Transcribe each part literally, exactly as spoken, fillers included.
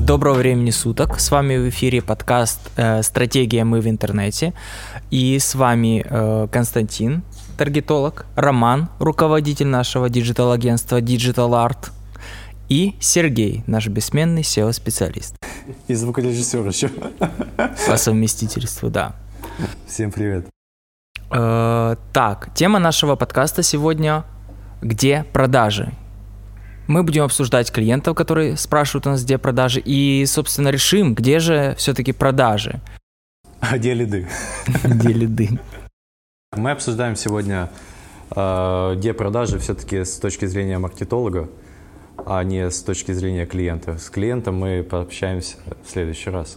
Доброго времени суток, с вами в эфире подкаст «Стратегия мы в интернете», и с вами Константин, таргетолог, Роман, руководитель нашего диджитал-агентства Digital Art, и Сергей, наш бессменный сео-специалист. И звукорежиссер еще. По совместительству, да. Всем привет. Так, тема нашего подкаста сегодня «Где продажи?». Мы будем обсуждать клиентов, которые спрашивают у нас, где продажи, и, собственно, решим, где же все-таки продажи. А где лиды? Где лиды? Мы обсуждаем сегодня, где продажи все-таки с точки зрения маркетолога, а не с точки зрения клиента. С клиентом мы пообщаемся в следующий раз.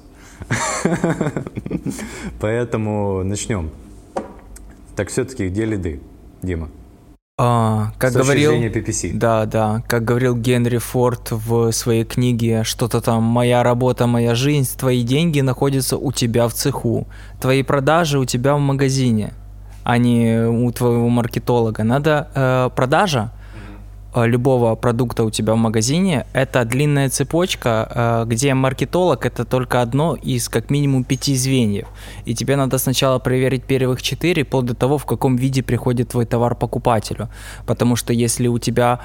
Поэтому начнем. Так все-таки где лиды, Дима? А, как с точки говорил, зрения пи пи си. Да, да, как говорил Генри Форд в своей книге, что-то там «Моя работа, моя жизнь», твои деньги находятся у тебя в цеху, твои продажи у тебя в магазине, а не у твоего маркетолога. Надо э, продажа любого продукта у тебя в магазине — это длинная цепочка, где маркетолог — это только одно из как минимум пяти звеньев. И тебе надо сначала проверить первых четыре, вплоть до того, в каком виде приходит твой товар покупателю. Потому что если у тебя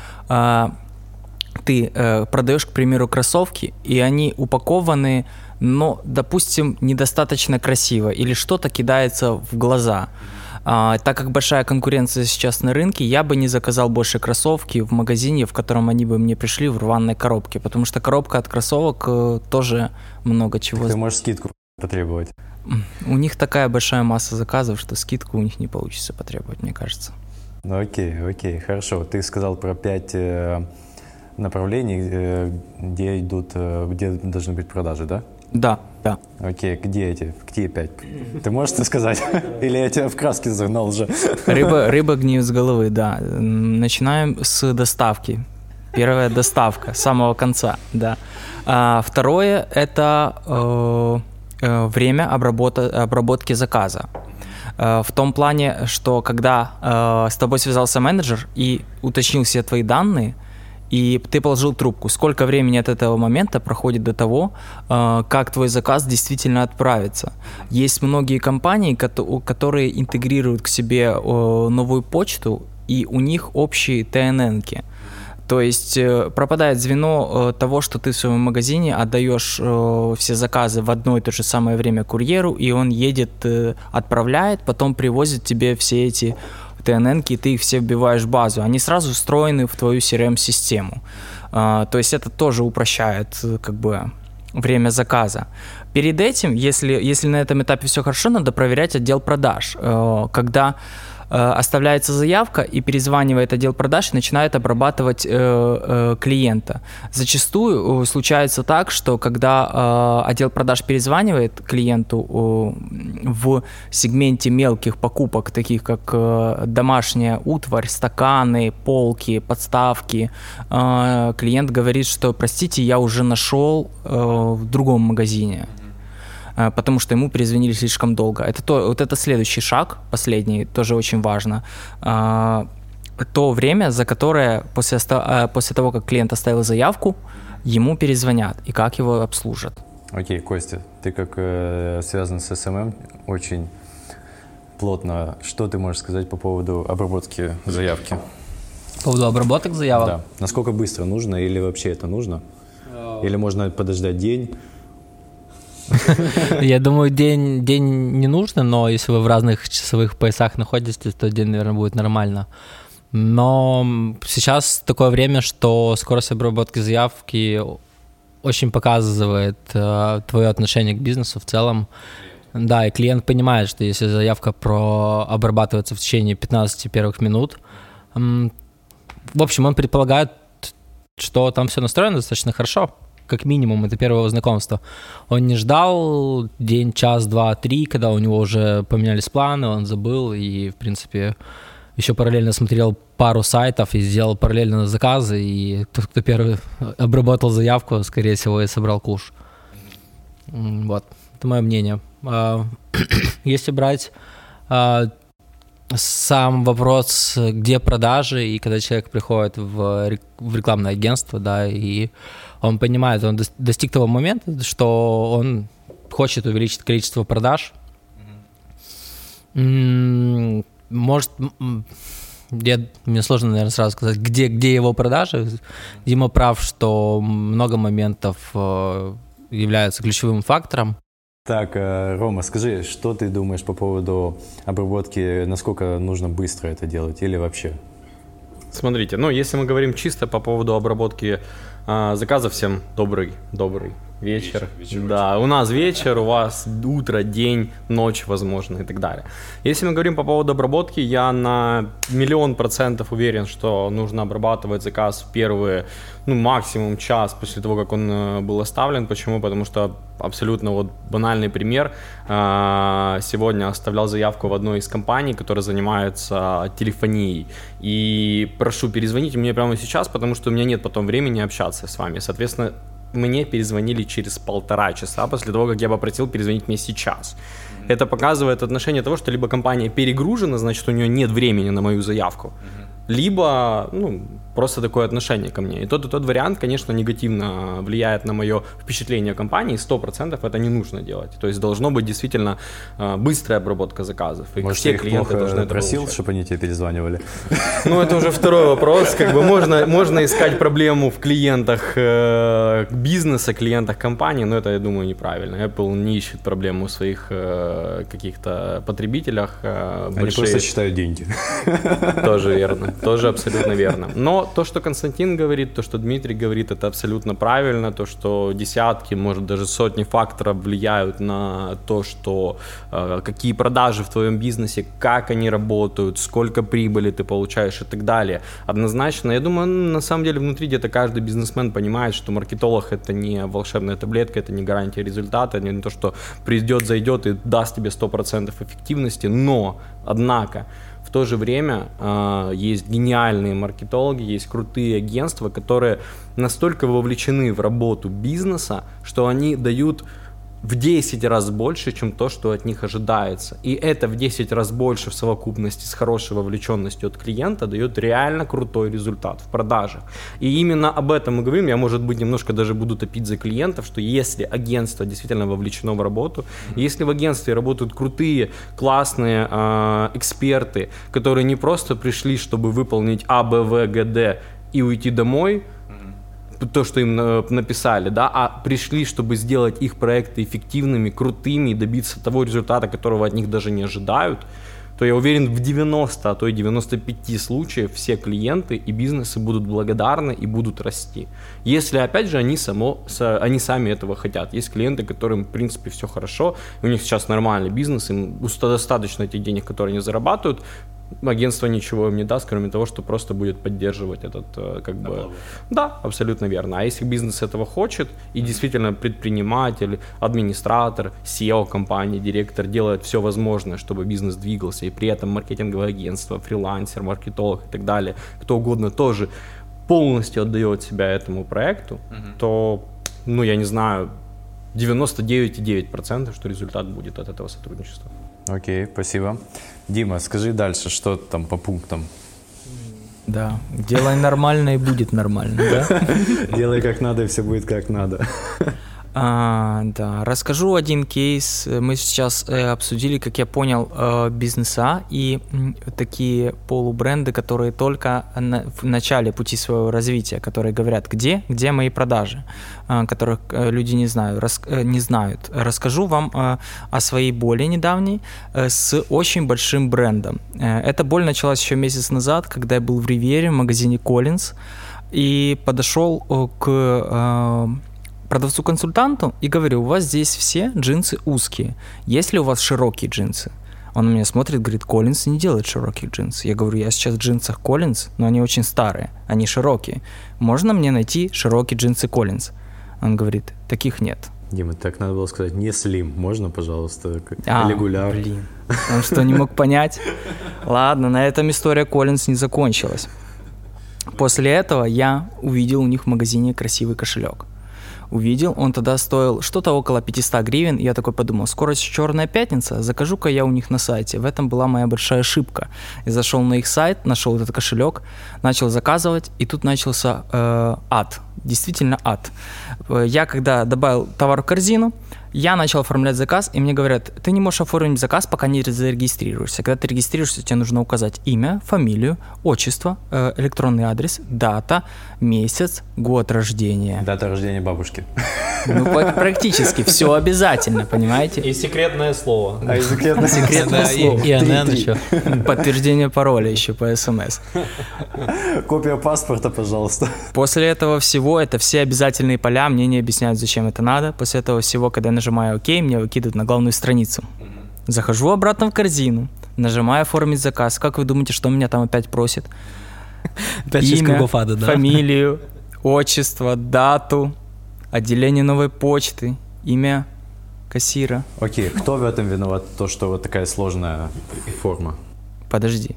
ты продаешь, к примеру, кроссовки, и они упакованы, но, допустим, недостаточно красиво, или что-то кидается в глаза. А, так как большая конкуренция сейчас на рынке, я бы не заказал больше кроссовки в магазине, в котором они бы мне пришли в рваной коробке, потому что коробка от кроссовок э, тоже много чего. Так ты можешь скидку потребовать. У них такая большая масса заказов, что скидку у них не получится потребовать, мне кажется. Ну окей, окей, хорошо. Ты сказал про пять э, направлений, э, где идут, э, где должны быть продажи, да? Да, да. Окей, где эти? Где пять? Ты можешь это сказать? Или я тебя в краски загнал уже? Рыба, рыба гниет с головы, да. Начинаем с доставки. Первая доставка, с самого конца, да. А, второе – это э, э, время обработа, обработки заказа. Э, в том плане, что когда э, с тобой связался менеджер и уточнил все твои данные, и ты положил трубку, сколько времени от этого момента проходит до того, как твой заказ действительно отправится. Есть многие компании, которые интегрируют к себе новую почту, и у них общие ти эн эн-ки. То есть пропадает звено того, что ты в своем магазине отдаешь все заказы в одно и то же самое время курьеру, и он едет, отправляет, потом привозит тебе все эти ти эн эн-ки, ты их все вбиваешь в базу, они сразу встроены в твою си ар эм-систему. А, то есть это тоже упрощает как бы время заказа. Перед этим, если, если на этом этапе все хорошо, надо проверять отдел продаж. Когда оставляется заявка и перезванивает отдел продаж и начинает обрабатывать э, э, клиента. Зачастую случается так, что когда э, отдел продаж перезванивает клиенту э, в сегменте мелких покупок, таких как э, домашняя утварь, стаканы, полки, подставки, э, клиент говорит, что простите, я уже нашел э, в другом магазине, потому что ему перезвонили слишком долго. Это то, вот это следующий шаг, последний, тоже очень важно. А, то время, за которое после, после того, как клиент оставил заявку, ему перезвонят и как его обслужат. Окей, Костя, ты как э, связан с эс эм эм очень плотно. Что ты можешь сказать по поводу обработки заявки? По поводу обработок заявок? Да. Насколько быстро нужно или вообще это нужно? Или можно подождать день? Я думаю, день, день не нужно, но если вы в разных часовых поясах находитесь, то день, наверное, будет нормально. Но сейчас такое время, что скорость обработки заявки очень показывает э, твое отношение к бизнесу в целом. Да, и клиент понимает, что если заявка про обрабатывается в течение пятнадцати первых минут, э, в общем, он предполагает, что там все настроено достаточно хорошо. Как минимум, это первое знакомство. Он не ждал день, час, два, три, когда у него уже поменялись планы, он забыл и, в принципе, еще параллельно смотрел пару сайтов и сделал параллельно заказы, и тот, кто первый обработал заявку, скорее всего, и собрал куш. Вот, это мое мнение. Если брать сам вопрос, где продажи, и когда человек приходит в, в рекламное агентство, да, и он понимает, он достиг того момента, что он хочет увеличить количество продаж. Mm-hmm. Может, я, мне сложно, наверное, сразу сказать, где, где его продажи. Дима прав, что много моментов являются ключевым фактором. Так, Рома, скажи, что ты думаешь по поводу обработки, насколько нужно быстро это делать или вообще? Смотрите, ну, если мы говорим чисто по поводу обработки э, заказов, всем добрый, добрый вечер. вечер, вечер да, вечер. У нас вечер, у вас утро, день, ночь, возможно, и так далее. Если мы говорим по поводу обработки, я на миллион процентов уверен, что нужно обрабатывать заказ в первые, ну, максимум час после того, как он был оставлен. Почему? Потому что абсолютно вот банальный пример. Сегодня оставлял заявку в одной из компаний, которая занимается телефонией. И прошу перезвонить мне прямо сейчас, потому что у меня нет потом времени общаться с вами. Соответственно, мне перезвонили через полтора часа после того, как я попросил перезвонить мне сейчас. Mm-hmm. Это показывает отношение того, что либо компания перегружена, значит, у нее нет времени на мою заявку, mm-hmm. либо, ну, просто такое отношение ко мне. И тот и тот вариант, конечно, негативно влияет на мое впечатление о компании, сто процентов это не нужно делать. То есть должно быть действительно э, быстрая обработка заказов. И может, все клиенты должны это просил, получать. чтобы они тебе перезванивали? Ну, это уже второй вопрос. Как бы можно, можно искать проблему в клиентах э, бизнеса, клиентах компании, но это, я думаю, неправильно. Apple не ищет проблему в своих э, каких-то потребителях. Э, они большие... просто считают деньги. Тоже верно, тоже абсолютно верно. Но то, что Константин говорит, то, что Дмитрий говорит, это абсолютно правильно. То, что десятки, может даже сотни факторов влияют на то, что э, какие продажи в твоем бизнесе, как они работают, сколько прибыли ты получаешь и так далее. Однозначно, я думаю, на самом деле внутри где-то каждый бизнесмен понимает, что маркетолог это не волшебная таблетка, это не гарантия результата, не то, что придет, зайдет и даст тебе сто процентов эффективности, но, однако, в то же время э, есть гениальные маркетологи, есть крутые агентства, которые настолько вовлечены в работу бизнеса, что они дают в десять раз больше, чем то, что от них ожидается. И это в десять раз больше в совокупности с хорошей вовлеченностью от клиента дает реально крутой результат в продажах. И именно об этом мы говорим. Я, может быть, немножко даже буду топить за клиентов, что если агентство действительно вовлечено в работу, если в агентстве работают крутые, классные э, эксперты, которые не просто пришли, чтобы выполнить А, Б, В, Г, Д и уйти домой, то, что им написали, да, а пришли, чтобы сделать их проекты эффективными, крутыми и добиться того результата, которого от них даже не ожидают, то я уверен, в девяноста, а то и девяноста пяти случаев все клиенты и бизнесы будут благодарны и будут расти. Если, опять же, они, само, они сами этого хотят. Есть клиенты, которым, в принципе, все хорошо, у них сейчас нормальный бизнес, им достаточно этих денег, которые они зарабатывают, агентство ничего им не даст, кроме того, что просто будет поддерживать этот, как бы... Да, абсолютно верно. А если бизнес этого хочет, и действительно предприниматель, администратор, си и о компании, директор делает все возможное, чтобы бизнес двигался, и при этом маркетинговое агентство, фрилансер, маркетолог и так далее, кто угодно тоже полностью отдает себя этому проекту, uh-huh. то, ну, я не знаю, девяносто девять целых девять десятых процента, что результат будет от этого сотрудничества. Окей, спасибо. Дима, скажи дальше, что там по пунктам? Да, делай нормально и будет нормально, да? Делай как надо, и все будет как надо. А, да, расскажу один кейс. Мы сейчас э, обсудили, как я понял, э, бизнеса и м, такие полубренды, которые только на, в начале пути своего развития, которые говорят, где, где мои продажи, э, которых э, люди не знают, рас, э, не знают. Расскажу вам э, о своей боли недавней э, с очень большим брендом. Э, эта боль началась еще месяц назад, когда я был в Ривьере в магазине Collins и подошел э, к... Э, продавцу-консультанту и говорю, у вас здесь все джинсы узкие, есть ли у вас широкие джинсы? Он на меня смотрит, говорит, Collins не делает широких джинс. Я говорю, я сейчас в джинсах Collins, но они очень старые, они широкие. Можно мне найти широкие джинсы Collins? Он говорит, таких нет. Дима, так надо было сказать, не слим, можно, пожалуйста, а, регуляр? Блин, он что, не мог понять? Ладно, на этом история Collins не закончилась. После этого я увидел у них в магазине красивый кошелек. увидел, он тогда стоил что-то около пятьсот гривен, и я такой подумал, скоро Черная пятница, закажу-ка я у них на сайте. В этом была моя большая ошибка. Я зашел на их сайт, нашел этот кошелек, начал заказывать, и тут начался э, ад, действительно ад. Я когда добавил товар в корзину, я начал оформлять заказ, и мне говорят, ты не можешь оформить заказ, пока не зарегистрируешься. Когда ты регистрируешься, тебе нужно указать имя, фамилию, отчество, электронный адрес, дата, месяц, год рождения. Дата рождения бабушки. Ну, практически все обязательно, понимаете? И секретное слово. А и секретное, секретное слово. И эн эн еще. Подтверждение пароля еще по СМС. Копия паспорта, пожалуйста. После этого всего, это все обязательные поля, мне не объясняют, зачем это надо. После этого всего, когда я нажимаю ОК, мне выкидывают на главную страницу. Захожу обратно в корзину, нажимаю оформить заказ. Как вы думаете, что меня там опять просит? Имя, фамилию, отчество, дату, отделение новой почты, имя кассира. Окей, кто в этом виноват, то, что вот такая сложная форма? Подожди.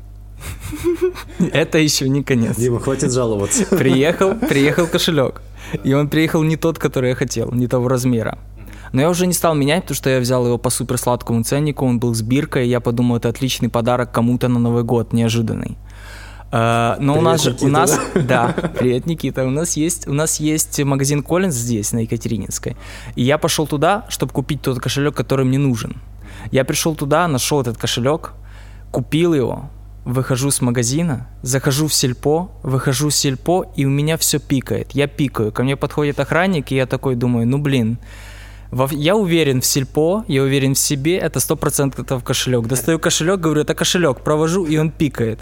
Это еще не конец. Дима, хватит жаловаться. Приехал, приехал кошелек. И он приехал не тот, который я хотел, не того размера. Но я уже не стал менять, потому что я взял его по суперсладкому ценнику, он был с биркой, и я подумал, это отличный подарок кому-то на Новый год, неожиданный. Uh, но привет, у нас же, Никита, у нас, да? да, привет, Никита, у нас есть, у нас есть магазин Коллинз здесь, на Екатерининской, и я пошел туда, чтобы купить тот кошелек, который мне нужен. Я пришел туда, нашел этот кошелек, купил его, выхожу с магазина, захожу в сельпо, выхожу с сельпо, и у меня все пикает, я пикаю, ко мне подходит охранник, и я такой думаю, ну блин, я уверен в сельпо, я уверен в себе, это сто процентов кошелек. Достаю кошелек, говорю, это кошелек, провожу, и он пикает.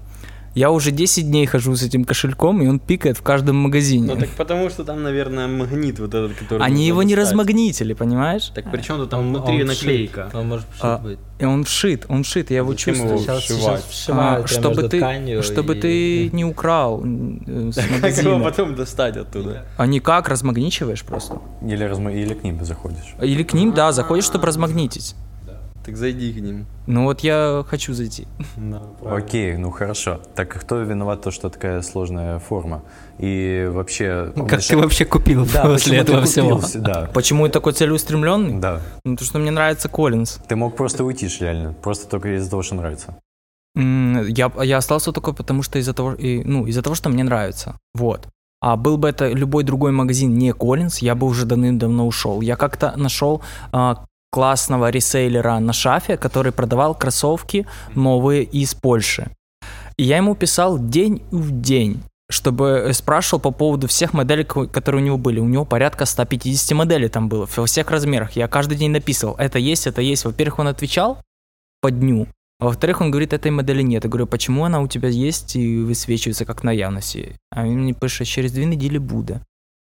Я уже десять дней хожу с этим кошельком, и он пикает в каждом магазине. Ну так потому что там, наверное, магнит вот этот, который... Они его не размагнитили, понимаешь? Так при чем тут там внутри он наклейка? Вшит. Он может вшит а, быть. И он вшит, он вшит, я его Зачем чувствую. его Сейчас, вшивать? сейчас вшивают А, прям чтобы между ты, тканью чтобы и- ты не украл э, с Как его магазина. потом достать оттуда? А никак, размагничиваешь просто. Или, разма... Или к ним заходишь. Или к ним, да, заходишь, чтобы размагнитить. Так зайди к ним. Ну вот я хочу зайти. Окей, ну хорошо. Так кто виноват, то, что такая сложная форма? И вообще... Как ты вообще купил Да, после почему ты этого купил всего? все- Да, Почему я такой целеустремленный? да. Ну, потому что мне нравится Коллинз. Ты мог просто уйти, ж, реально. Просто только из-за того, что нравится. М, Я, я остался только потому, что из-за того, и, ну, из-за того, что мне нравится. Вот. А был бы это любой другой магазин, не Коллинз, я бы уже давным-давно ушел. Я как-то нашел а, классного ресейлера на Шафе, который продавал кроссовки новые из Польши. И я ему писал день в день, чтобы спрашивал по поводу всех моделей, ко- которые у него были. У него порядка сто пятьдесят моделей там было, во всех размерах. Я каждый день написывал, это есть, это есть. Во-первых, он отвечал по дню, а во-вторых, он говорит, этой модели нет. Я говорю, почему она у тебя есть и высвечивается как на явности? А он мне пишет, через две недели будет.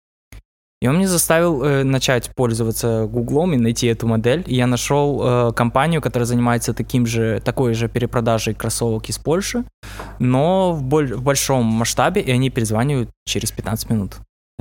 И он мне заставил э, начать пользоваться Гуглом и найти эту модель. И я нашел э, компанию, которая занимается таким же, такой же перепродажей кроссовок из Польши, но в, боль- в большом масштабе, и они перезванивают через пятнадцать минут.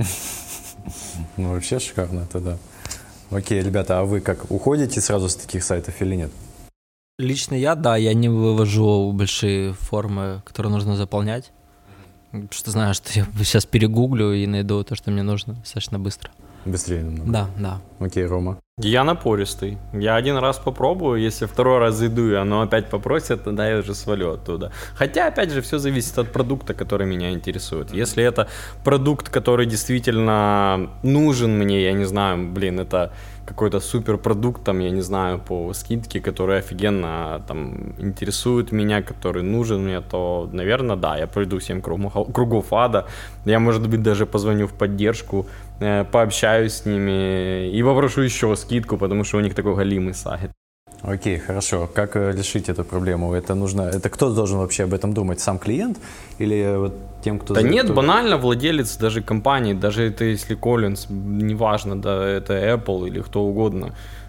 Ну, вообще шикарно это, да. Окей, ребята, а вы как, уходите сразу с таких сайтов или нет? Лично я, да, я не вывожу большие формы, которые нужно заполнять. Потому что знаю, что я сейчас перегуглю и найду то, что мне нужно достаточно быстро. Быстрее намного. Да, да. Окей, Рома. Я напористый. Я один раз попробую, если второй раз зайду, и оно опять попросит, тогда я уже свалю оттуда. Хотя, опять же, все зависит от продукта, который меня интересует. Если это продукт, который действительно нужен мне, я не знаю, блин, это какой-то суперпродукт, там, я не знаю, по скидке, который офигенно там интересует меня, который нужен мне, то, наверное, да, я пройду семь кругов, кругов ада. Я, может быть, даже позвоню в поддержку, э, пообщаюсь с ними и попрошу еще скидку, потому что у них такой галимый сайт. Окей, хорошо. Как э, решить эту проблему? Это нужно. Это кто должен вообще об этом думать? Сам клиент или вот тем, кто? Да за- нет, кто- банально владелец даже компании, даже это если Collins, неважно, да, это Apple или кто угодно.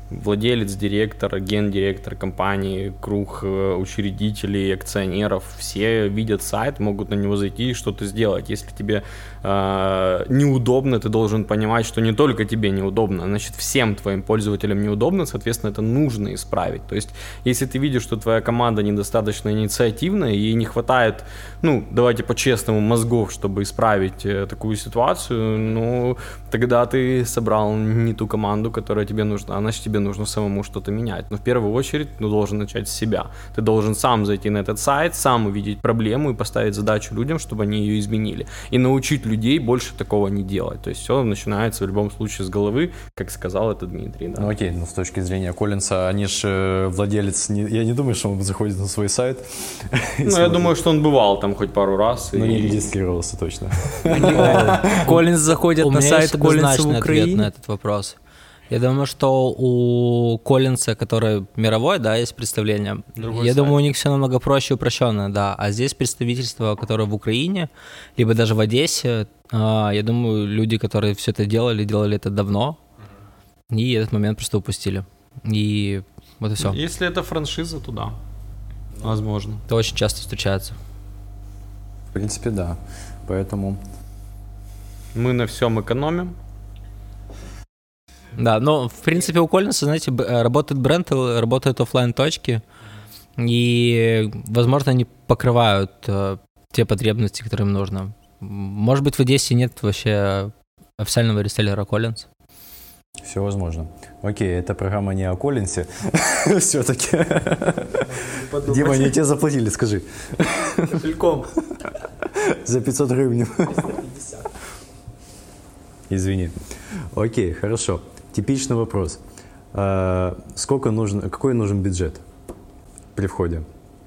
владелец, директор, гендиректор компании, круг учредителей, акционеров, все видят сайт, могут на него зайти и что-то сделать. Если тебе э, неудобно, ты должен понимать, что не только тебе неудобно, значит, всем твоим пользователям неудобно, соответственно, это нужно исправить. То есть, если ты видишь, что твоя команда недостаточно инициативная, ей не хватает, ну, давайте по-честному, мозгов, чтобы исправить э, такую ситуацию, ну, тогда ты собрал не ту команду, которая тебе нужна, а значит, тебе нужно самому что-то менять. Но в первую очередь, ну, должен начать с себя. Ты должен сам зайти на этот сайт, сам увидеть проблему и поставить задачу людям, чтобы они ее изменили. И научить людей больше такого не делать. То есть все начинается в любом случае с головы, как сказал это Дмитрий. Да. Ну окей, но с точки зрения Коллинса, они же владелец, не, я не думаю, что он заходит на свой сайт. Ну, я думаю, что он бывал там хоть пару раз. Но не регистрировался точно. Коллинс заходит на сайт Коллинса в Украине. Ответ на Украине. этот вопрос. Я думаю, что у Коллинса, который мировой, да, есть представление. Другой я сайт. Думаю, у них все намного проще и упрощенно, да. А здесь представительство, которое в Украине, либо даже в Одессе, я думаю, люди, которые все это делали, делали это давно, и этот момент просто упустили. И вот и все. Если это франшиза, то да, возможно. Это очень часто встречается. В принципе, да. Поэтому... Мы на всем экономим. Да, но в принципе у Коллинса, знаете, работает бренд, работают офлайн точки, и, возможно, они покрывают э, те потребности, которые им нужно. Может быть, в Одессе нет вообще официального реселлера Коллинс? Все возможно. Окей, эта программа не о Коллинсе. Все-таки. Дима, они тебе заплатили, скажи. Целиком. За пятьсот гривен. Извини. Окей, хорошо. Типичный вопрос. А, сколько нужно, какой нужен бюджет при входе?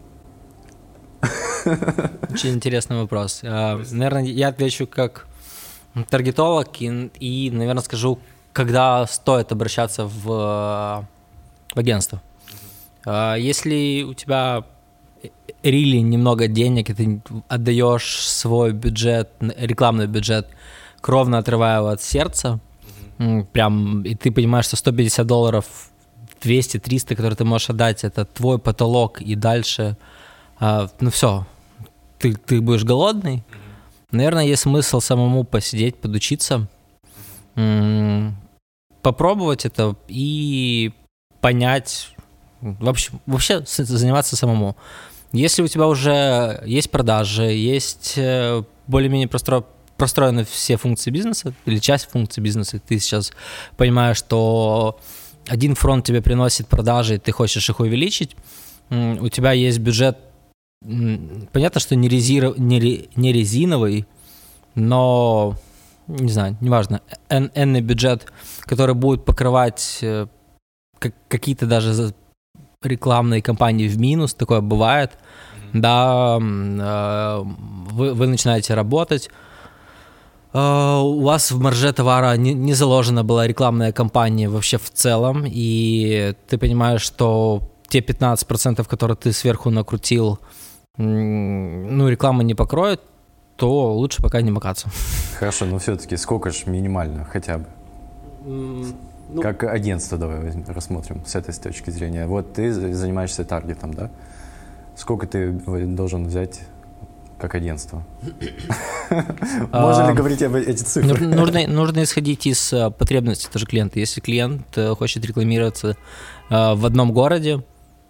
Очень интересный вопрос. А, наверное, я отвечу как таргетолог и, и, наверное, скажу, когда стоит обращаться в, в агентство. А, если у тебя really немного денег, и ты отдаешь свой бюджет, рекламный бюджет, кровно отрывая его от сердца, mm-hmm. прям, и ты понимаешь, что сто пятьдесят долларов, двести триста, которые ты можешь отдать, это твой потолок, и дальше, а, ну все, ты, ты будешь голодный. Mm-hmm. Наверное, есть смысл самому посидеть, подучиться, mm-hmm. попробовать это и понять, вообще, вообще заниматься самому. Если у тебя уже есть продажи, есть более-менее простро простроены все функции бизнеса или часть функций бизнеса, ты сейчас понимаешь, что один фронт тебе приносит продажи, и ты хочешь их увеличить, у тебя есть бюджет, понятно, что не, резир... не резиновый, но, не знаю, неважно, энный бюджет, который будет покрывать какие-то даже рекламные кампании в минус, такое бывает, mm-hmm. да, вы, вы начинаете работать, Uh, у вас в марже товара не, не заложена была рекламная кампания вообще в целом, и ты понимаешь, что те пятнадцать процентов, которые ты сверху накрутил, ну, реклама не покроет, то лучше пока не макаться. Хорошо, но все-таки сколько же минимально хотя бы? Mm, ну... Как агентство давай рассмотрим с этой точки зрения. Вот ты занимаешься таргетом, да? Сколько ты должен взять как агентство? Можно ли говорить об этих цифрах? Нужно, нужно исходить из потребностей тоже клиента. Если клиент хочет рекламироваться в одном городе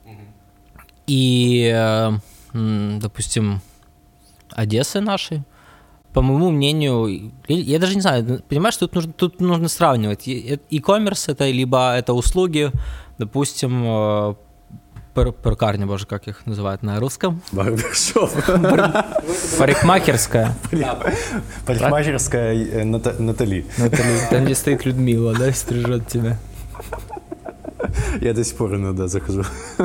и, допустим, Одессы нашей, по моему мнению, я даже не знаю, понимаешь, тут нужно, тут нужно сравнивать. E-commerce это либо это услуги, допустим, перукарня, боже, как их называют на русском? Барбершоп. Парикмахерская. Парикмахерская Натали. Натали, там, где стоит Людмила, да, и стрижет тебя. Я до сих пор иногда захожу.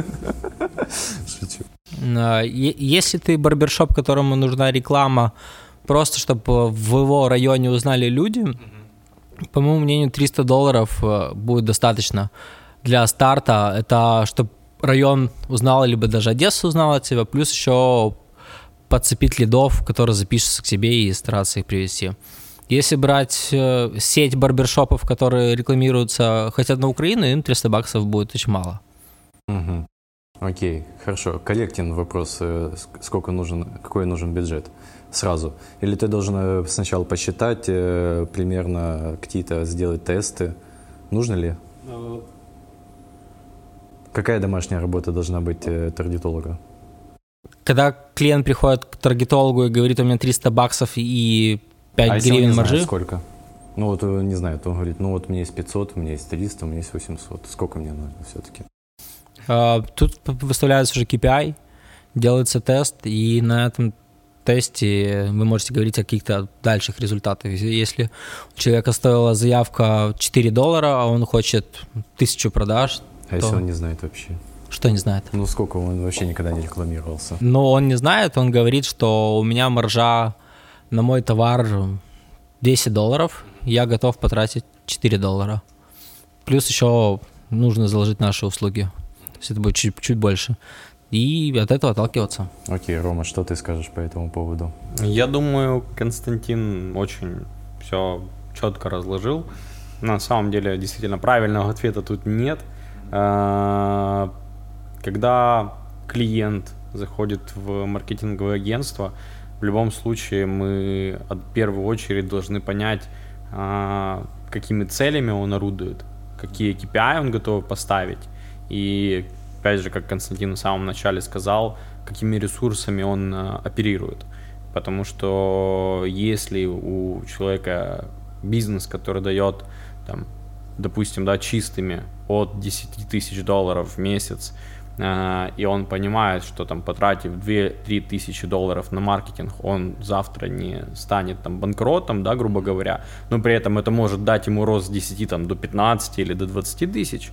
Шучу. Если ты барбершоп, которому нужна реклама, просто чтобы в его районе узнали люди, по моему мнению, триста долларов будет достаточно для старта. Это чтобы район узнал, либо даже Одесса узнала от тебя, плюс еще подцепить лидов, которые запишутся к тебе и стараться их привести. Если брать э, сеть барбершопов, которые рекламируются, хотят на Украину, им триста баксов будет очень мало. Угу. Окей, хорошо. Коллектин вопрос, сколько нужен, какой нужен бюджет сразу? Или ты должен сначала посчитать, э, примерно какие-то сделать тесты? Нужно ли? Uh... Какая домашняя работа должна быть э, таргетолога? Когда клиент приходит к таргетологу и говорит, у меня триста баксов и пять а гривен не маржи. Знает, сколько? Ну вот не знаю, он говорит, ну вот у меня есть пятьсот, у меня есть триста, у меня есть восемьсот. Сколько мне нужно все-таки? Uh, тут выставляется уже кей пи ай, делается тест, и на этом тесте вы можете говорить о каких-то дальших результатах. Если у человека стоила заявка четыре доллара, а он хочет тысячу продаж, а то... если он не знает вообще? Что не знает? Ну сколько, он вообще никогда не рекламировался. Ну он не знает, он говорит, что у меня маржа на мой товар десять долларов, я готов потратить четыре доллара. Плюс еще нужно заложить наши услуги. То есть это будет чуть, чуть больше. И от этого отталкиваться. Окей, Рома, что ты скажешь по этому поводу? Я думаю, Константин очень все четко разложил. На самом деле, действительно, правильного ответа тут нет. Когда клиент заходит в маркетинговое агентство, в любом случае мы в первую очередь должны понять, какими целями он орудует, какие кей пи ай он готов поставить. И опять же, как Константин в самом начале сказал, какими ресурсами он оперирует. Потому что если у человека бизнес, который дает, там, допустим, да, чистыми от десять тысяч долларов в месяц, э, и он понимает, что там, потратив две-три тысячи долларов на маркетинг, он завтра не станет там банкротом, да, грубо говоря, но при этом это может дать ему рост с десяти там, до пятнадцати или до двадцати тысяч,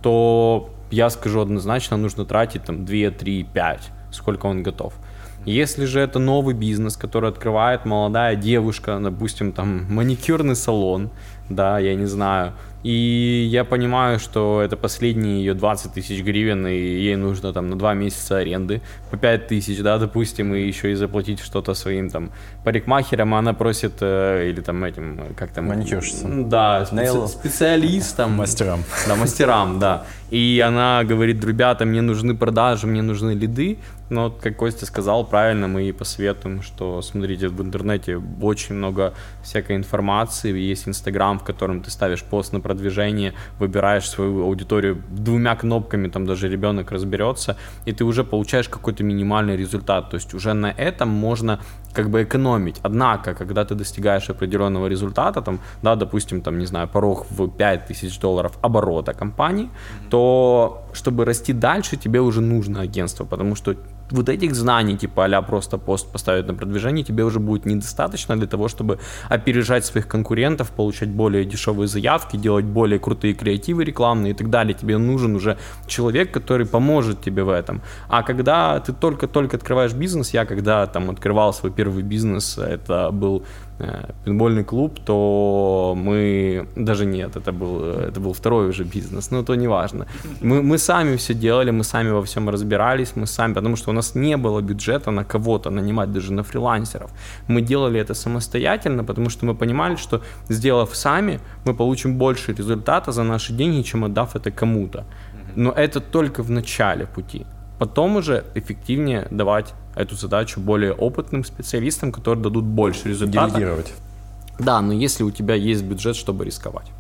то я скажу однозначно, нужно тратить там два, три, пять, сколько он готов. Если же это новый бизнес, который открывает молодая девушка, допустим, там маникюрный салон, да, я не знаю, и я понимаю, что это последние ее двадцать тысяч гривен, и ей нужно там на два месяца аренды по пять тысяч, да, допустим, и еще и заплатить что-то своим там парикмахерам, она просит, э, или там этим, как там... Маникюрщицам. Да, специ- специалистам. Мастерам. Да, мастерам, да. И она говорит, ребята, мне нужны продажи, мне нужны лиды, но, как Костя сказал, правильно, мы ей посоветуем, что, смотрите, в интернете очень много всякой информации, есть Инстаграм, в котором ты ставишь пост на продвижение, выбираешь свою аудиторию двумя кнопками, там даже ребенок разберется, и ты уже получаешь какой-то минимальный результат, то есть уже на этом можно как бы экономить. Однако, когда ты достигаешь определенного результата, там, да, допустим, там, не знаю, порог в пять тысяч долларов оборота компании, mm-hmm. то чтобы расти дальше, тебе уже нужно агентство, потому что вот этих знаний, типа а-ля просто пост поставить на продвижение, тебе уже будет недостаточно для того, чтобы опережать своих конкурентов, получать более дешевые заявки, делать более крутые креативы рекламные и так далее. Тебе нужен уже человек, который поможет тебе в этом. А когда ты только-только открываешь бизнес, я когда там открывал свой первый бизнес, это был э, пейнтбольный клуб, то мы, даже нет, это был, это был второй уже бизнес, но то не важно. Мы, мы сами все делали, мы сами во всем разбирались, мы сами, потому что у нас не было бюджета на кого-то нанимать, даже на фрилансеров. Мы делали это самостоятельно, потому что мы понимали, что сделав сами, мы получим больше результата за наши деньги, чем отдав это кому-то. Но это только в начале пути. Потом уже эффективнее давать эту задачу более опытным специалистам, которые дадут больше результата. Делегировать. Да, но если у тебя есть бюджет, чтобы рисковать.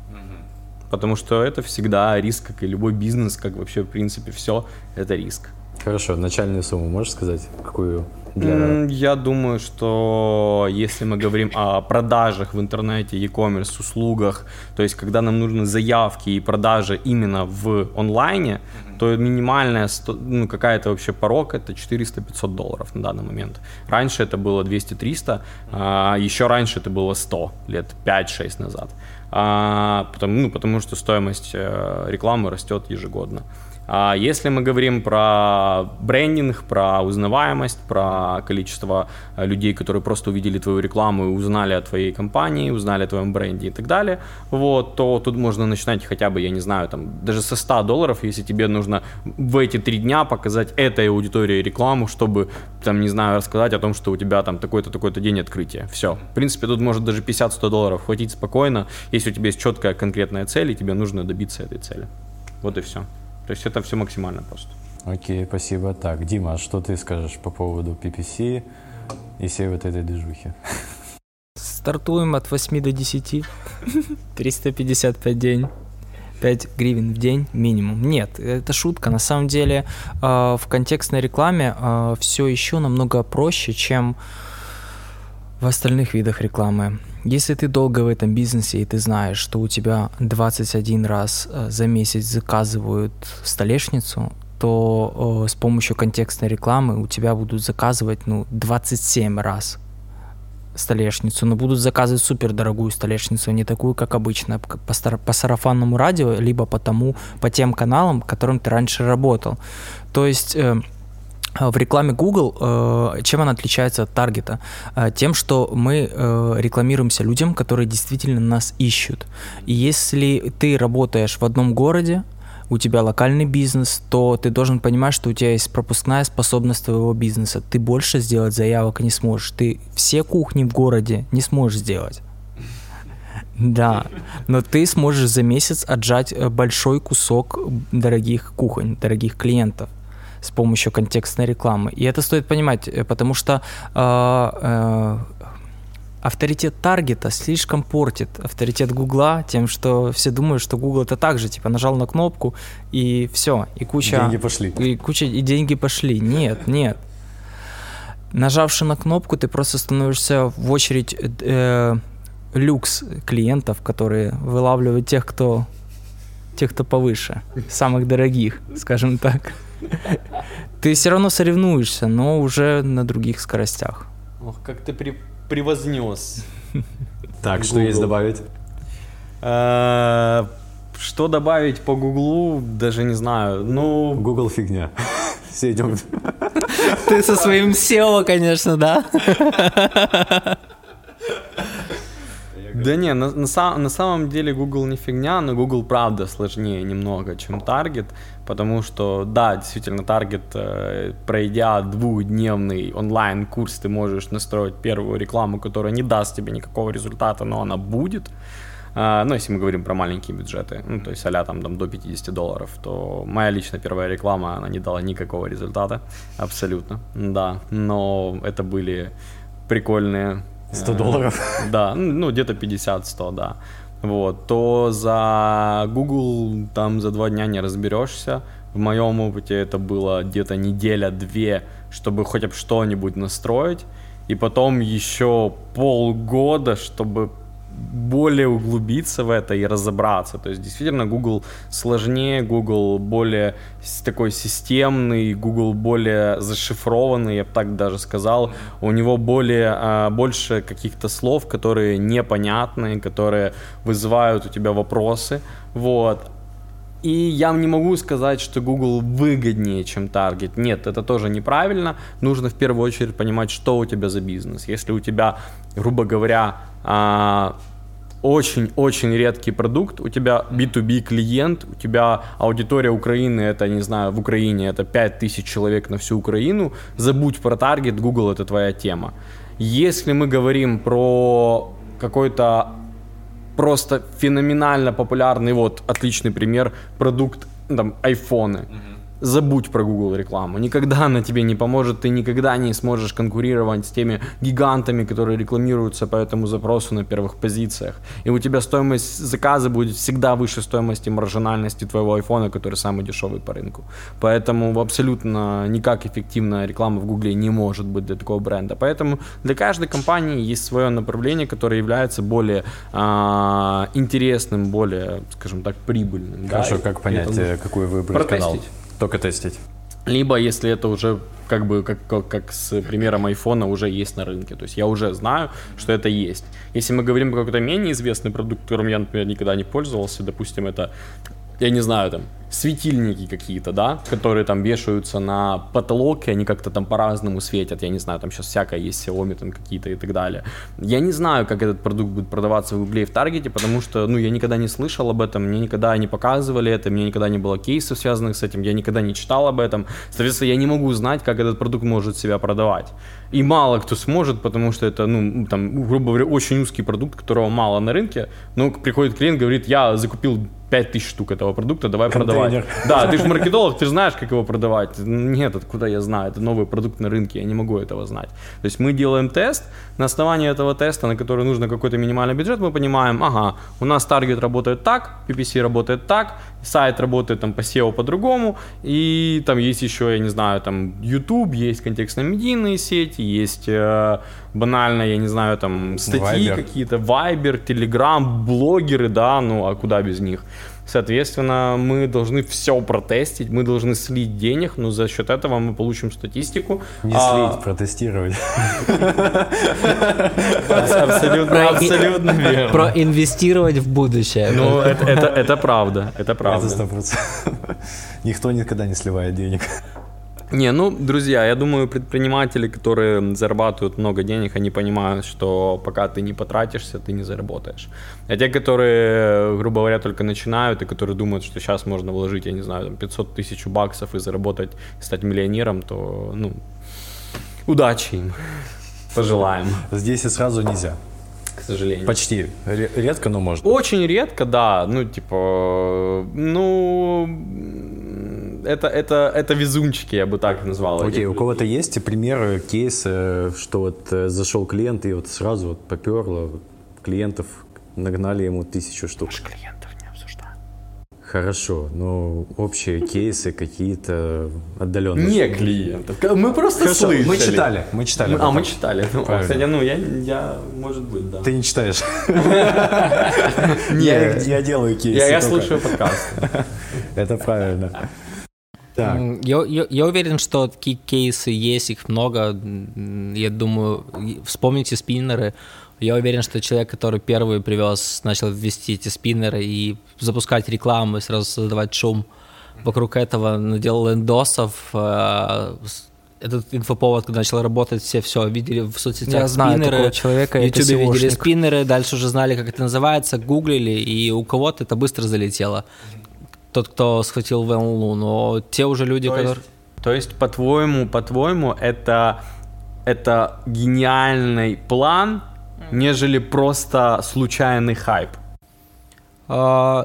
Потому что это всегда риск, как и любой бизнес, как вообще в принципе все, это риск. Хорошо, начальную сумму можешь сказать, какую для... Я думаю, что если мы говорим о продажах в интернете, e-commerce, услугах, то есть когда нам нужны заявки и продажи именно в онлайне, mm-hmm. то минимальная, ну, какая-то вообще порог, это четыреста-пятьсот долларов на данный момент. Раньше это было двести-триста, mm-hmm. а еще раньше это было сто, лет пять-шесть назад. А, потому, ну, потому что стоимость рекламы растет ежегодно. А если мы говорим про брендинг, про узнаваемость, про количество людей, которые просто увидели твою рекламу и узнали о твоей компании, узнали о твоем бренде и так далее, вот, то тут можно начинать хотя бы, я не знаю, там, даже со ста долларов, если тебе нужно в эти три дня показать этой аудитории рекламу, чтобы, там, не знаю, рассказать о том, что у тебя там такой-то, такой-то день открытия. Все. В принципе, тут может даже пятьдесят-сто долларов хватить спокойно, если у тебя есть четкая конкретная цель, и тебе нужно добиться этой цели. Вот и все. То есть это все максимально просто. Окей, спасибо. Так, Дима, а что ты скажешь по поводу пи пи си и всей вот этой движухи? Стартуем от восьми до десяти. триста пятьдесят пять день. пять гривен в день минимум. Нет, это шутка. На самом деле в контекстной рекламе все еще намного проще, чем в остальных видах рекламы. Если ты долго в этом бизнесе и ты знаешь, что у тебя двадцать один раз за месяц заказывают столешницу, то с помощью контекстной рекламы у тебя будут заказывать ну, двадцать семь раз столешницу, но будут заказывать супердорогую столешницу, не такую, как обычно, по, стар- по сарафанному радио, либо по, тому, по тем каналам, которым ты раньше работал. То есть э, в рекламе Google, э, чем она отличается от таргета? Э, тем, что мы э, рекламируемся людям, которые действительно нас ищут. И если ты работаешь в одном городе, у тебя локальный бизнес, то ты должен понимать, что у тебя есть пропускная способность твоего бизнеса. Ты больше сделать заявок не сможешь. Ты все кухни в городе не сможешь сделать. Да, но ты сможешь за месяц отжать большой кусок дорогих кухонь, дорогих клиентов с помощью контекстной рекламы. И это стоит понимать, потому что э, э, авторитет таргета слишком портит авторитет Гугла тем, что все думают, что Google это так же, типа нажал на кнопку и все, и куча... Деньги пошли. И куча, и деньги пошли. Нет, нет. Нажавши на кнопку, ты просто становишься в очередь э, люкс клиентов, которые вылавливают тех, кто, тех, кто повыше, самых дорогих, скажем так. Ты все равно соревнуешься, но уже на других скоростях. Ох, как ты при... превознес. Так, что есть добавить? Что добавить по Гуглу, даже не знаю. Ну, Google фигня. Все идем. Ты со своим сео, конечно, да? Да не, на, на, на самом деле Google не фигня, но Google правда сложнее немного, чем Target, потому что, да, действительно, Target, э, пройдя двухдневный онлайн-курс, ты можешь настроить первую рекламу, которая не даст тебе никакого результата, но она будет. Э, ну, если мы говорим про маленькие бюджеты, ну, то есть а-ля там, там до пятьдесят долларов, то моя личная первая реклама, она не дала никакого результата, абсолютно, да, но это были прикольные... сто долларов? Да, ну где-то пятьдесят-сто, да. Вот, то за Google там за два дня не разберешься. В моем опыте это было где-то неделя-две, чтобы хоть об что-нибудь настроить. И потом еще полгода, чтобы более углубиться в это и разобраться. То есть действительно Google сложнее, Google более такой системный, Google более зашифрованный, я бы так даже сказал. У него более, больше каких-то слов, которые непонятные, которые вызывают у тебя вопросы. Вот. И я не могу сказать, что Google выгоднее, чем Target. Нет, это тоже неправильно. Нужно в первую очередь понимать, что у тебя за бизнес. Если у тебя, грубо говоря, очень-очень редкий продукт, у тебя би ту би клиент, у тебя аудитория Украины, это, не знаю, в Украине это пять тысяч человек на всю Украину, забудь про Target, Google это твоя тема. Если мы говорим про какой-то просто феноменально популярный, вот, отличный пример, продукт, там, айфоны. Mm-hmm. Забудь про Google рекламу. Никогда она тебе не поможет, ты никогда не сможешь конкурировать с теми гигантами, которые рекламируются по этому запросу на первых позициях. И у тебя стоимость заказа будет всегда выше стоимости маржинальности твоего айфона, который самый дешевый по рынку. Поэтому абсолютно никак эффективная реклама в Гугле не может быть для такого бренда. Поэтому для каждой компании есть свое направление, которое является более а, интересным, более, скажем так, прибыльным. Хорошо, да? как понять, это... какой выбрать Протестить. канал? Только тестить. Либо, если это уже как бы как, как, как с примером айфона уже есть на рынке. То есть я уже знаю, что это есть. Если мы говорим про какой-то менее известный продукт, которым я, например, никогда не пользовался, допустим, это я не знаю, там, светильники какие-то, да, которые там вешаются на потолок, и они как-то там по-разному светят, я не знаю, там сейчас всякое есть, Xiaomi там какие-то и так далее. Я не знаю, как этот продукт будет продаваться в Гугле и в Таргете, потому что, ну, я никогда не слышал об этом, мне никогда не показывали это, мне никогда не было кейсов, связанных с этим, я никогда не читал об этом, соответственно, я не могу знать, как этот продукт может себя продавать. И мало кто сможет, потому что это, ну, там, грубо говоря, очень узкий продукт, которого мало на рынке, но приходит клиент, говорит, я закупил пять тысяч штук этого продукта, давай Контейнер. продавать. Да, ты же маркетолог, ты же знаешь, как его продавать. Нет, откуда я знаю, это новый продукт на рынке, я не могу этого знать. То есть мы делаем тест, на основании этого теста, на который нужно какой-то минимальный бюджет, мы понимаем, ага, у нас таргет работает так, пи пи си работает так, сайт работает там по сео по-другому, и там есть еще, я не знаю, там YouTube, есть контекстно-медийные сети, есть э, банально, я не знаю, там статьи Viber. какие-то, Viber, Telegram, блогеры, да, ну а куда без них? Соответственно, мы должны все протестить, мы должны слить денег, но за счет этого мы получим статистику. Не а... слить, протестировать. Абсолютно, абсолютно верно. Проинвестировать в будущее. Ну, это, это, это правда, это правда. Это сто процентов. Никто никогда не сливает денег. Не, ну, друзья, я думаю, предприниматели, которые зарабатывают много денег, они понимают, что пока ты не потратишься, ты не заработаешь. А те, которые, грубо говоря, только начинают и которые думают, что сейчас можно вложить, я не знаю, там пятьсот тысяч баксов и заработать, стать миллионером, то, ну, удачи им. Пожелаем. Здесь и сразу нельзя. К сожалению. Почти. Редко, но можно. Очень редко, да. Ну, типа, ну... Это, это, это везунчики, я бы так назвал. Окей, у кого-то есть примеры, кейсы, что вот зашел клиент и вот сразу вот поперло, вот клиентов нагнали ему тысячу штук. Уж клиентов не обсуждаем. Хорошо, но общие кейсы какие-то отдаленные. Не клиентов. Мы просто Хорошо, слышали. мы читали, мы читали. А, мы читали. Ну, Правильно. кстати, ну, я, я, может быть, да. Ты не читаешь. Нет. Я делаю кейсы. Я, я только. слушаю подкасты. Это правильно. Так. Я, я, я уверен, что такие кейсы есть, их много. Я думаю, вспомните спиннеры. Я уверен, что человек, который первый привез, начал ввести эти спиннеры и запускать рекламу, и сразу создавать шум вокруг этого, наделал эндосов. Этот инфоповод, когда начал работать, все все видели в соцсетях. Я знаю спиннеры, такого человека, в это Ютубе видели сеошник. спиннеры, дальше уже знали, как это называется, гуглили, и у кого-то это быстро залетело. Тот, кто схватил волну, но те уже люди, То которые... есть, то есть, по-твоему, по-твоему, это, это гениальный план, нежели просто случайный хайп? А,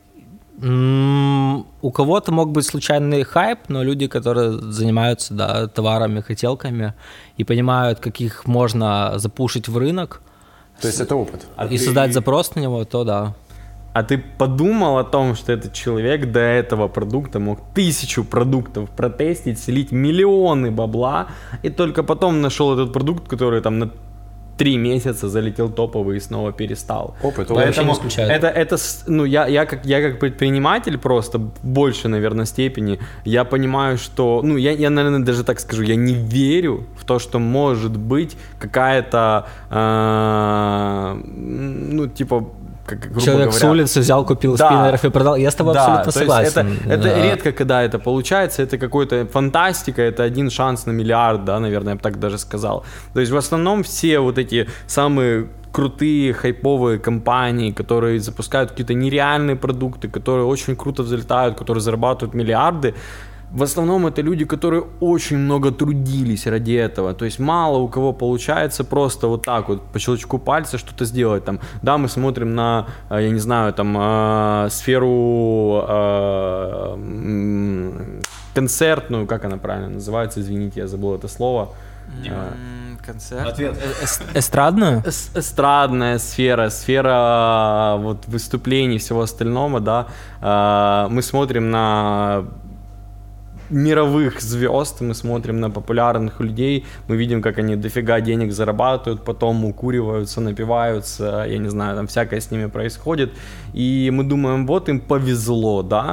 м- у кого-то мог быть случайный хайп, но люди, которые занимаются, да, товарами, хотелками и понимают, как их можно запушить в рынок, То есть это опыт. А и ты- создать запрос на него, то да. А ты подумал о том, что этот человек до этого продукта мог тысячу продуктов протестить, слить миллионы бабла, и только потом нашел этот продукт, который там на три месяца залетел топовый и снова перестал. Опыт, вообще не Поэтому исключает. это, это, с- ну, я, я, как, я как предприниматель просто в большей, наверное, степени, я понимаю, что, ну, я, я, наверное, даже так скажу, я не верю в то, что может быть какая-то, э, ну, типа, как, грубо Человек говоря, с улицы взял, купил Да. спиннеров и продал. Я с тобой да, абсолютно то есть согласен. Это, это Да. редко, когда это получается, это какой-то фантастика, это один шанс на миллиард, да, наверное, я бы так даже сказал. То есть в основном все вот эти самые крутые хайповые компании, которые запускают какие-то нереальные продукты, которые очень круто взлетают, которые зарабатывают миллиарды, в основном это люди, которые очень много трудились ради этого. То есть мало у кого получается просто вот так вот по щелчку пальца что-то сделать. Там, да, мы смотрим на, э, я не знаю, там э, сферу э, м, концертную, как она правильно называется, извините, я забыл это слово. Э, Концерт. Ответ. Эстрадную? эс- эстрадная сфера, сфера э, вот выступлений и всего остального, да. Э, мы смотрим на мировых звезд, мы смотрим на популярных людей, мы видим, как они дофига денег зарабатывают, потом укуриваются, напиваются, я не знаю, там всякое с ними происходит, и мы думаем, вот им повезло, да,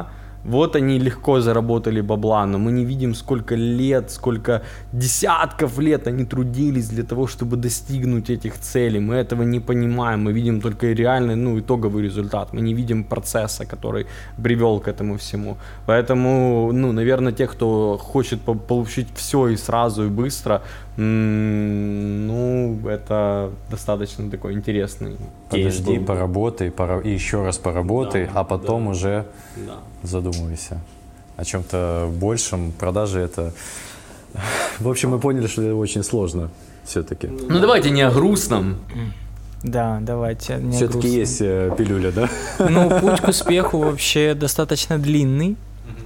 Вот они легко заработали бабла, но мы не видим, сколько лет, сколько десятков лет они трудились для того, чтобы достигнуть этих целей. Мы этого не понимаем, мы видим только реальный, ну, итоговый результат. Мы не видим процесса, который привел к этому всему. Поэтому, ну, наверное, те, кто хочет по- получить все и сразу, и быстро, м- ну, это достаточно такой интересный кейс. Подожди, поработай, пора... и еще раз поработай, да, а потом да. уже да. задумывайся о чем-то большем. Продажи это... В общем, мы поняли, что это очень сложно все-таки. Ну, давайте не о грустном. Да, давайте. Не все-таки грустно. есть э, пилюля, да? Ну, путь к успеху вообще достаточно длинный.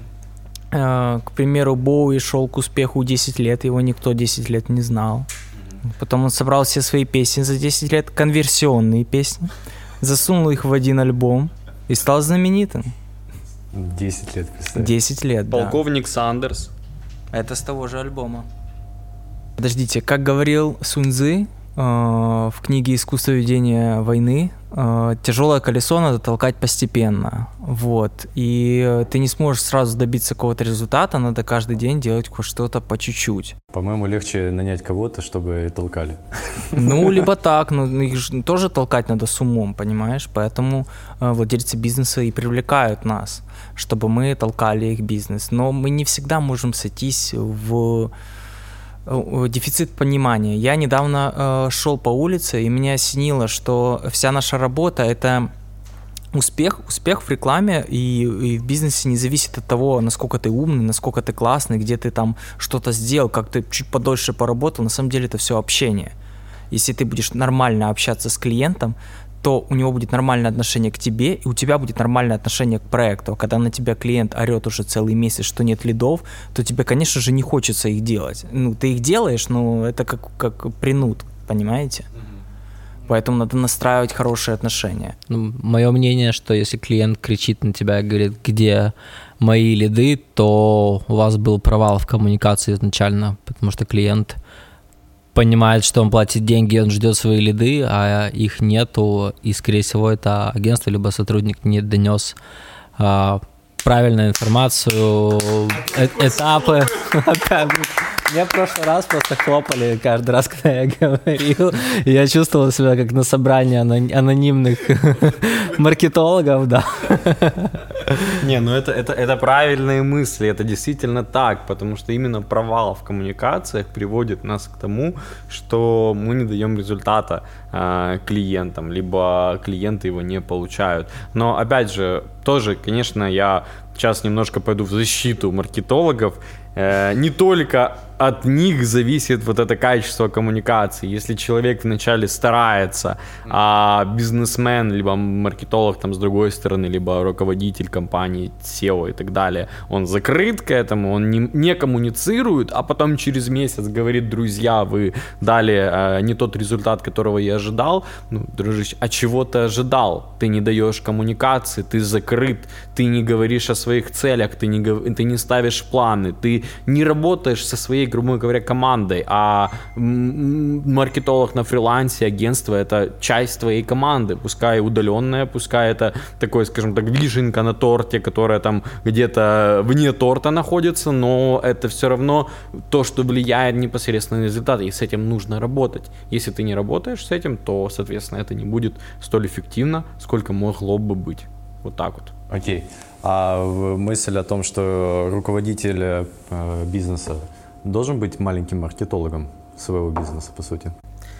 Uh, к примеру, Боуи шел к успеху десять лет, его никто десять лет не знал. Потом он собрал все свои песни за десять лет, конверсионные песни, засунул их в один альбом и стал знаменитым. десять лет, представь. десять лет, да. Полковник Сандерс. Это с того же альбома. Подождите, как говорил Сунь Цзы э, в книге «Искусство ведения войны», э, тяжелое колесо надо толкать постепенно. Вот. И ты не сможешь сразу добиться какого-то результата, надо каждый день делать что-то по чуть-чуть. По-моему, легче нанять кого-то, чтобы толкали. Ну, либо так, но их же тоже толкать надо с умом, понимаешь? Поэтому э, владельцы бизнеса и привлекают нас, чтобы мы толкали их бизнес. Но мы не всегда можем сойтись в дефицит понимания. Я недавно э, шел по улице, и меня осенило, что вся наша работа — это успех. Успех в рекламе и, и в бизнесе не зависит от того, насколько ты умный, насколько ты классный, где ты там что-то сделал, как ты чуть подольше поработал. На самом деле это все общение. Если ты будешь нормально общаться с клиентом, то у него будет нормальное отношение к тебе, и у тебя будет нормальное отношение к проекту. Когда на тебя клиент орет уже целый месяц, что нет лидов, то тебе, конечно же, не хочется их делать. Ну, ты их делаешь, но это как, как принуд, понимаете? Mm-hmm. Поэтому надо настраивать хорошие отношения. Ну, мое мнение, что если клиент кричит на тебя и говорит, где мои лиды, то у вас был провал в коммуникации изначально, потому что клиент понимает, что он платит деньги, он ждет свои лиды, а их нету, и, скорее всего, это агентство либо сотрудник не донес а, правильную информацию, э- этапы. Мне в прошлый раз просто хлопали каждый раз, когда я говорил. Я чувствовал себя как на собрании анонимных маркетологов, да. Не, ну это, это, это правильные мысли, это действительно так, потому что именно провал в коммуникациях приводит нас к тому, что мы не даем результата э, клиентам, либо клиенты его не получают. Но опять же, тоже, конечно, я сейчас немножко пойду в защиту маркетологов. Э, не только от них зависит вот это качество коммуникации. Если человек вначале старается, а бизнесмен, либо маркетолог там с другой стороны, либо руководитель компании, сео и так далее, он закрыт к этому, он не, не коммуницирует, а потом через месяц говорит: друзья, вы дали э, не тот результат, которого я ожидал. Ну, дружище, а чего ты ожидал? Ты не даешь коммуникации, ты закрыт, ты не говоришь о своих целях, ты не, ты не ставишь планы, ты не работаешь со своей, грубо говоря, командой, а маркетолог на фрилансе, агентство — это часть твоей команды, пускай удаленная, пускай это такой, скажем так, вишенка на торте, которая там где-то вне торта находится, но это все равно то, что влияет непосредственно на результат, и с этим нужно работать. Если ты не работаешь с этим, то, соответственно, это не будет столь эффективно, сколько могло бы быть. Вот так вот. Окей. А мысль о том, что руководитель э, бизнеса должен быть маленьким маркетологом своего бизнеса, по сути?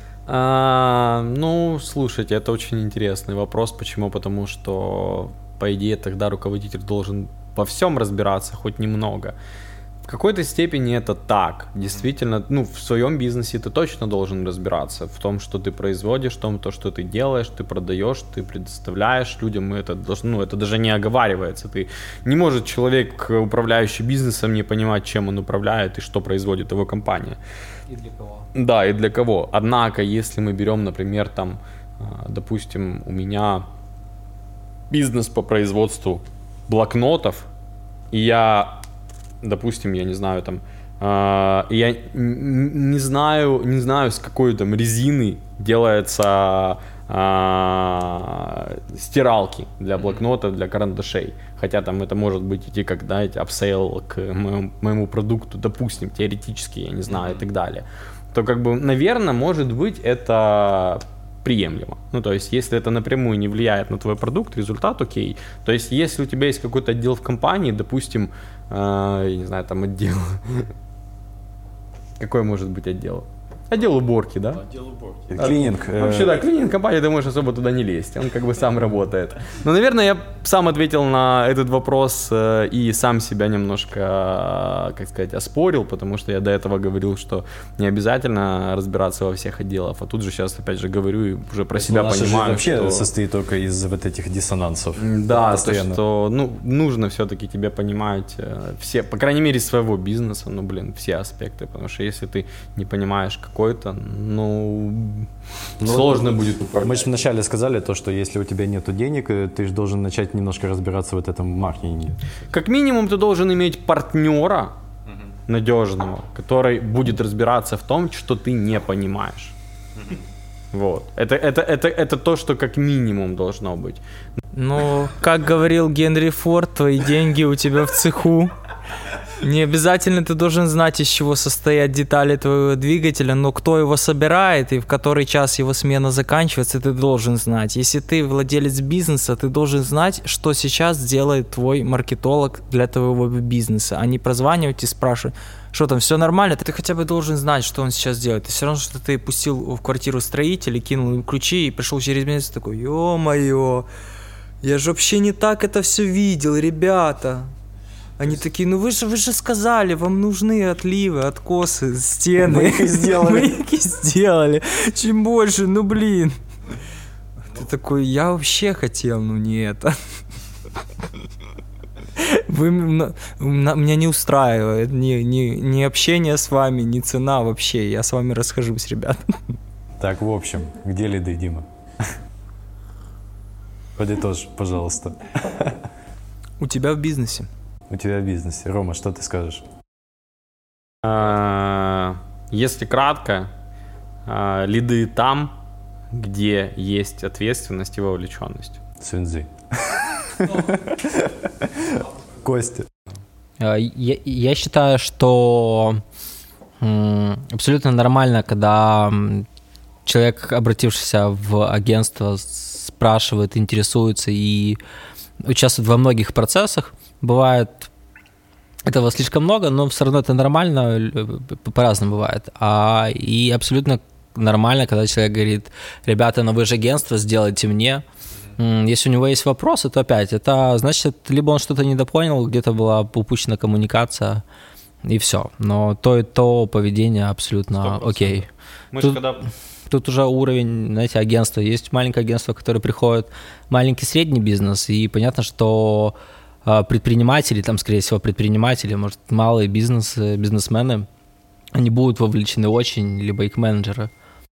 А, ну, слушайте, это очень интересный вопрос. Почему? Потому что, по идее, тогда руководитель должен во всем разбираться, хоть немного. В какой-то степени это так. Действительно, ну, в своем бизнесе ты точно должен разбираться в том, что ты производишь, в том, то, что ты делаешь, ты продаешь, ты предоставляешь людям. Это, должно, ну, это даже не оговаривается. Ты, не может человек, управляющий бизнесом, не понимать, чем он управляет и что производит его компания. И для кого? Да, и для кого. Однако, если мы берем, например, там, допустим, у меня бизнес по производству блокнотов, и я... Допустим, я не знаю, там, э, я не знаю, не знаю, с какой там резины делается а, стиралки для блокнотов, для карандашей, хотя там это может быть идти как, знаете, апсейл к моему, моему продукту, допустим, теоретически, я не знаю, mm-hmm. и так далее, то как бы, наверное, может быть, это приемлемо. Ну, то есть, если это напрямую не влияет на твой продукт, результат окей. То есть, если у тебя есть какой-то отдел в компании, допустим, э, я не знаю, там отдел... Какой может быть отдел? Отдел уборки, да? Отдел уборки. Клининг. Вообще, да, клининг компании, ты можешь особо туда не лезть, он как бы сам работает. Но, наверное, я сам ответил на этот вопрос и сам себя немножко, как сказать, оспорил, потому что я до этого говорил, что не обязательно разбираться во всех отделах, а тут же сейчас, опять же, говорю и уже про себя наша понимаю, жизнь вообще что... состоит только из вот этих диссонансов. Да, постоянно. То, что, ну, нужно все-таки тебе понимать все, по крайней мере, своего бизнеса, ну, блин, все аспекты, потому что если ты не понимаешь какой-то, ну, ну сложно будет управлять. Мы же вначале сказали то, что если у тебя нету денег, ты же должен начать немножко разбираться в этом маркетинге. Как минимум ты должен иметь партнера uh-huh. надежного, который будет разбираться в том, что ты не понимаешь. Uh-huh. Вот. Это, это, это, это то, что как минимум должно быть. Ну, как говорил Генри Форд, твои деньги у тебя в цеху. Не обязательно ты должен знать, из чего состоят детали твоего двигателя, но кто его собирает и в который час его смена заканчивается, ты должен знать. Если ты владелец бизнеса, ты должен знать, что сейчас делает твой маркетолог для твоего бизнеса, а не прозванивать и спрашивать, что там, все нормально, ты хотя бы должен знать, что он сейчас делает. Это все равно, что ты пустил в квартиру строителя, кинул им ключи и пришел через месяц такой, ё-моё, я же вообще не так это все видел, ребята. Они такие, ну вы же, вы же сказали, вам нужны отливы, откосы, стены. Мы их и сделали. Мы их и сделали. Чем больше, ну блин. Ты такой, я вообще хотел, ну не это. Вы, на, на, меня не устраивает ни, ни, ни общение с вами, ни цена вообще. Я с вами расхожусь, ребят. Так, в общем, где лиды, Дима? Подытожь, пожалуйста. У тебя в бизнесе. У тебя в бизнесе. Рома, что ты скажешь? Если кратко, лиды там, где есть ответственность и вовлеченность. Сюньцзы. Костя. Я, я считаю, что абсолютно нормально, когда человек, обратившийся в агентство, спрашивает, интересуется и участвует во многих процессах. Бывает этого слишком много, но все равно это нормально, по-разному бывает. А, и абсолютно нормально, когда человек говорит, ребята, ну вы же агентство, сделайте мне. Если у него есть вопросы, то опять, это значит, либо он что-то недопонял, где-то была упущена коммуникация, и все. Но то и то поведение абсолютно сто процентов окей. Мы Тут... когда... Тут уже уровень, знаете, агентства. Есть маленькое агентство, которое приходит, маленький средний бизнес, и понятно, что предприниматели, там, скорее всего, предприниматели, может, малые бизнесы, бизнесмены, они будут вовлечены очень, либо их менеджеры.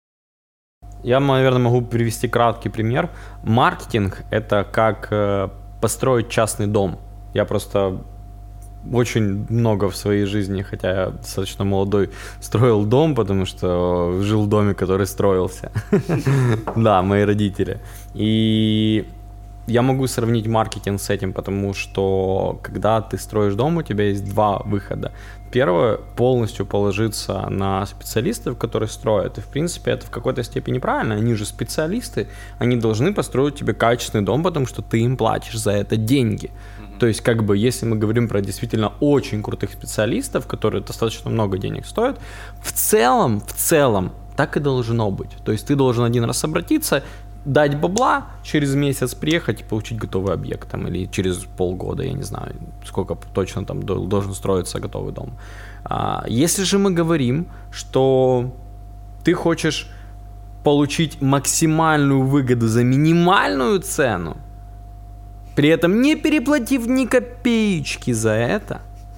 Я, наверное, могу привести краткий пример. Маркетинг – это как построить частный дом. Я просто очень много в своей жизни, хотя я достаточно молодой, строил дом, потому что жил в доме, который строился. Да, мои родители. И я могу сравнить маркетинг с этим, потому что когда ты строишь дом, у тебя есть два выхода. Первое – полностью положиться на специалистов, которые строят. И, в принципе, это в какой-то степени правильно. Они же специалисты, они должны построить тебе качественный дом, потому что ты им платишь за это деньги. Mm-hmm. То есть, как бы, если мы говорим про действительно очень крутых специалистов, которые достаточно много денег стоят, в целом, в целом, так и должно быть. То есть, ты должен один раз обратиться, дать бабла, через месяц приехать и получить готовый объект, там, или через полгода, я не знаю, сколько точно там должен строиться готовый дом. А, если же мы говорим, что ты хочешь получить максимальную выгоду за минимальную цену, при этом не переплатив ни копеечки за это,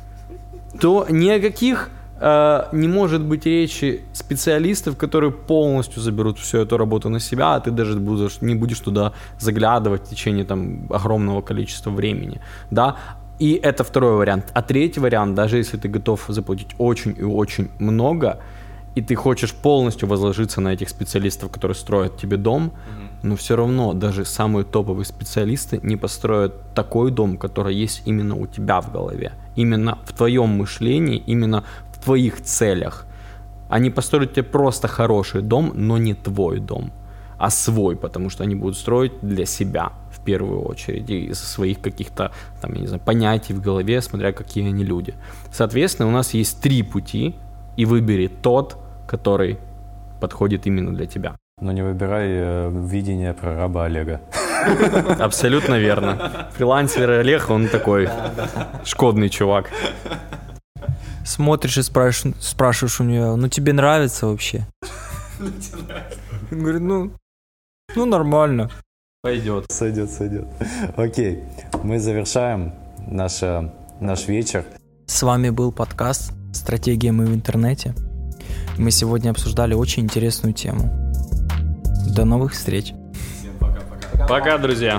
то ни о каких не может быть речи специалистов, которые полностью заберут всю эту работу на себя, а ты даже будешь, не будешь туда заглядывать в течение там огромного количества времени, да, и это второй вариант. А третий вариант, даже если ты готов заплатить очень и очень много, и ты хочешь полностью возложиться на этих специалистов, которые строят тебе дом, mm-hmm. но все равно даже самые топовые специалисты не построят такой дом, который есть именно у тебя в голове, именно в твоем мышлении, именно в твоих целях. Они построят тебе просто хороший дом, но не твой дом, а свой, потому что они будут строить для себя в первую очередь, и из своих каких-то, там, я не знаю, понятий в голове, смотря какие они люди. Соответственно, у нас есть три пути, и выбери тот, который подходит именно для тебя. Но не выбирай э, видение прораба Олега. Абсолютно верно. Фрилансер Олег, он такой шкодный чувак. Смотришь и спрашиваешь, спрашиваешь у нее, ну тебе нравится вообще? Он говорит, ну, ну нормально. Пойдет. Сойдет, сойдет. Окей, мы завершаем наш, наш вечер. С вами был подкаст «Стратегия мы в интернете». Мы сегодня обсуждали очень интересную тему. До новых встреч. Всем пока-пока. Пока, друзья.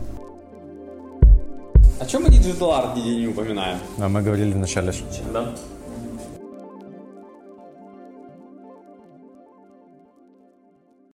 О чем мы Digital Art нигде не упоминаем? А мы говорили в начале. Да.